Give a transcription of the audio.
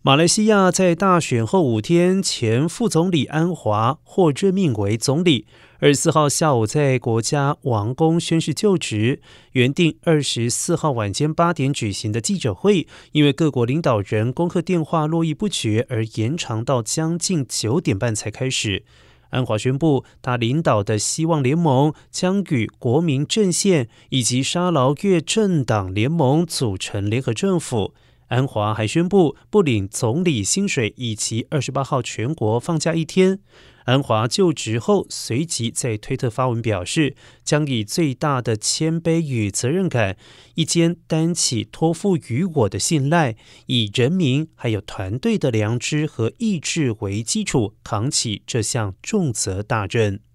马来西亚在大选后5天，前副总理安华获任命为总理。24号下午在国家王宫宣誓就职，原定24号晚间8点举行的记者会，因为各国领导人恭贺电话络绎不绝，而延长到将近9点半才开始。安华宣布，他领导的希望联盟将与国民阵线以及沙劳越政党联盟组成联合政府。安华还宣布不领总理薪水，以及28号全国放假1天。安华就职后，随即在推特发文表示，将以最大的谦卑与责任感，一肩担起托付于我的信赖，以人民还有团队的良知和意志为基础，扛起这项重责大任。